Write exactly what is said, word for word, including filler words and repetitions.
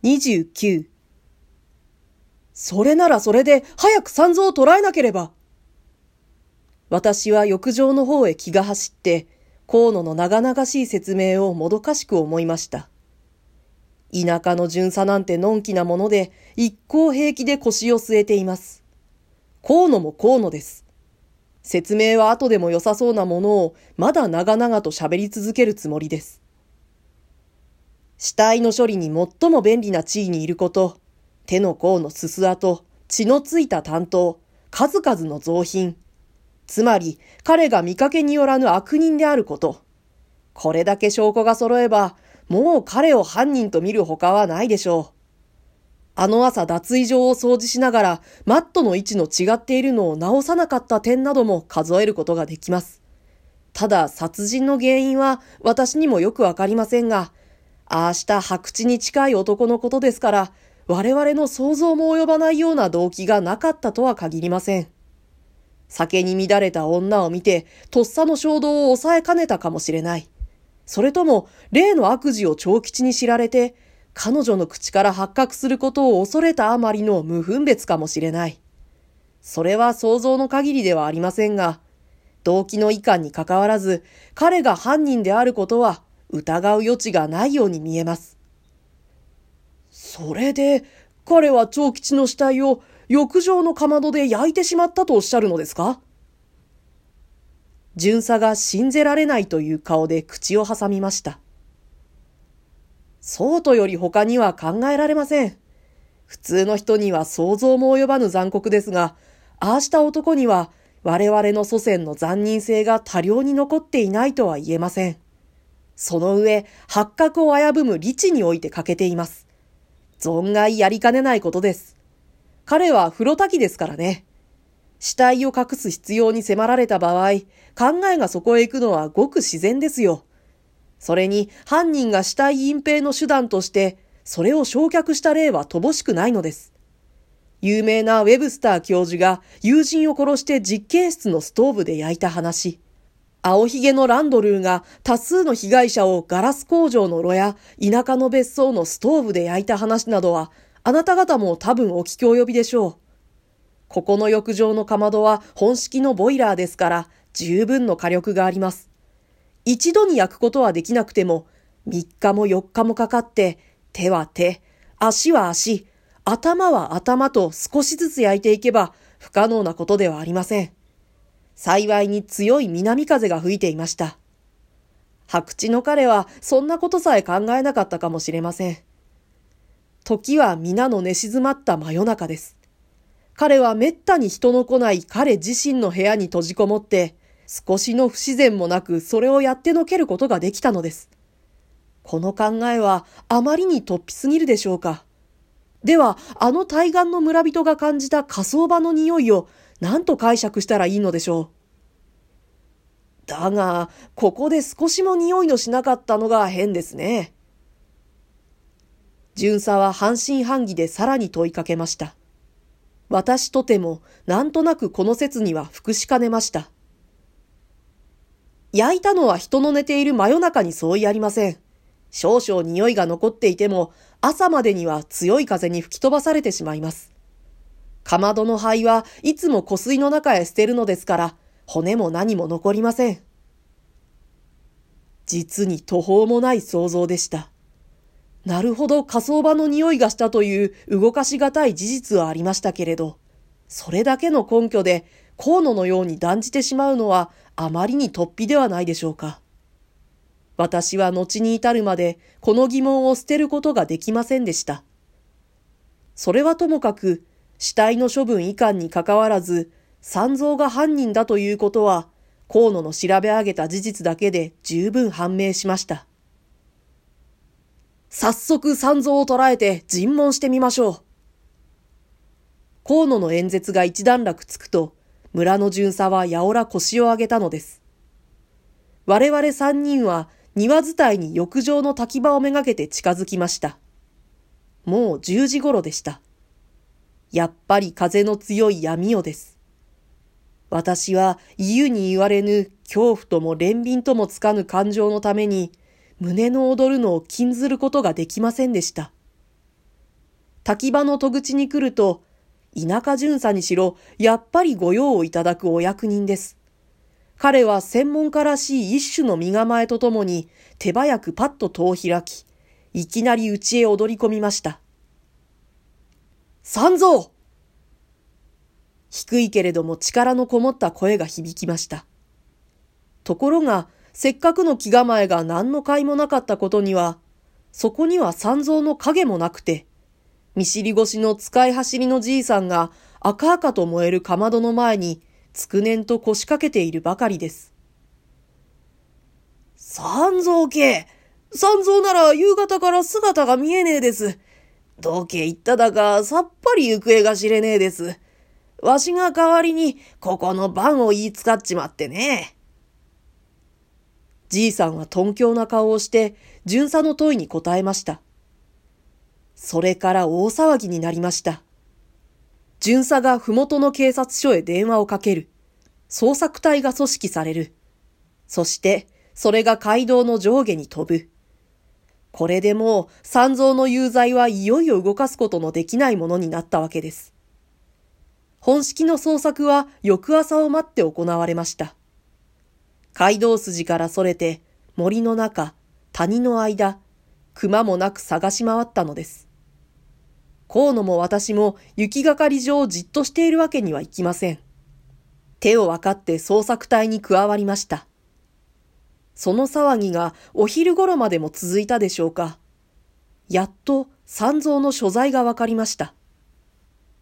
にじゅうきゅう。それならそれで早く三蔵を捕らえなければ。私は浴場の方へ気が走って、河野の長々しい説明をもどかしく思いました。田舎の巡査なんてのんきなもので、一向平気で腰を据えています。河野も河野です。説明は後でも良さそうなものを、まだ長々と喋り続けるつもりです。死体の処理に最も便利な地位にいること、手の甲のすす跡、血のついた担当、数々の雑品。つまり、彼が見かけによらぬ悪人であること。これだけ証拠が揃えば、もう彼を犯人と見るほかはないでしょう。あの朝脱衣場を掃除しながら、マットの位置の違っているのを直さなかった点なども数えることができます。ただ、殺人の原因は私にもよくわかりませんが、ああした白痴に近い男のことですから、我々の想像も及ばないような動機がなかったとは限りません。酒に乱れた女を見て、とっさの衝動を抑えかねたかもしれない。それとも、例の悪事を長吉に知られて、彼女の口から発覚することを恐れたあまりの無分別かもしれない。それは想像の限りではありませんが、動機の遺憾にかかわらず、彼が犯人であることは疑う余地がないように見えます。それで、彼は長吉の死体を浴場のかまどで焼いてしまったとおっしゃるのですか？巡査が信じられないという顔で口を挟みました。そうとより他には考えられません。普通の人には想像も及ばぬ残酷ですが、ああした男には我々の祖先の残忍性が多量に残っていないとは言えません。その上、発覚を危ぶむ理知において欠けています。存外やりかねないことです。彼は風呂滝ですからね。死体を隠す必要に迫られた場合、考えがそこへ行くのはごく自然ですよ。それに犯人が死体隠蔽の手段として、それを焼却した例は乏しくないのです。有名なウェブスター教授が友人を殺して実験室のストーブで焼いた話。青ひげのランドルーが多数の被害者をガラス工場の炉や田舎の別荘のストーブで焼いた話などは、あなた方も多分お聞き及びでしょう。ここの浴場のかまどは本式のボイラーですから十分の火力があります。一度に焼くことはできなくてもみっかもよっかもかかって手は手、足は足、頭は頭と少しずつ焼いていけば不可能なことではありません。幸いに強い南風が吹いていました。白痴の彼はそんなことさえ考えなかったかもしれません。時は皆の寝静まった真夜中です。彼はめったに人の来ない彼自身の部屋に閉じこもって、少しの不自然もなくそれをやってのけることができたのです。この考えはあまりに突飛すぎるでしょうか。では、あの対岸の村人が感じた火葬場の匂いを何と解釈したらいいのでしょう。だが、ここで少しも匂いのしなかったのが変ですね。巡査は半信半疑でさらに問いかけました。私とてもなんとなくこの説には服しかねました。焼いたのは人の寝ている真夜中に相違ありません。少々匂いが残っていても朝までには強い風に吹き飛ばされてしまいます。かまどの灰はいつも湖水の中へ捨てるのですから骨も何も残りません。実に途方もない想像でした。なるほど火葬場の匂いがしたという動かしがたい事実はありましたけれど、それだけの根拠で河野のように断じてしまうのはあまりに突飛ではないでしょうか。私は後に至るまでこの疑問を捨てることができませんでした。それはともかく死体の処分遺憾にかかわらず三蔵が犯人だということは河野の調べ上げた事実だけで十分判明しました。早速三蔵を捕らえて尋問してみましょう。河野の演説が一段落つくと、村の巡査はやおら腰を上げたのです。我々三人は庭伝いに浴場の滝場をめがけて近づきました。もう十時頃でした。やっぱり風の強い闇夜です。私は言うに言われぬ恐怖とも憐憫ともつかぬ感情のために、胸の躍るのを禁ずることができませんでした。 滝場の戸口に来ると、田舎巡査にしろ、やっぱり御用をいただくお役人です。彼は専門家らしい一種の身構えとともに、手早くパッと戸を開き、いきなり家へ踊り込みました。三蔵！低いけれども力のこもった声が響きました。ところが、せっかくの気構えが何の甲斐もなかったことには、そこには三蔵の影もなくて、見知り越しの使い走りのじいさんが赤々と燃えるかまどの前につくねんと腰掛けているばかりです。三蔵家、三蔵なら夕方から姿が見えねえです。どけ行っただかさっぱり行方が知れねえです。わしが代わりにここの番を言いつかっちまってね。じいさんは頓狂な顔をして巡査の問いに答えました。それから大騒ぎになりました。巡査がふもとの警察署へ電話をかける。捜索隊が組織される。そして、それが街道の上下に飛ぶ。これでもう三蔵の有罪はいよいよ動かすことのできないものになったわけです。本式の捜索は翌朝を待って行われました。街道筋からそれて、森の中、谷の間、熊もなく探し回ったのです。河野も私も行きがかり上じっとしているわけにはいきません。手を分かって捜索隊に加わりました。その騒ぎがお昼頃までも続いたでしょうか。やっと三蔵の所在が分かりました。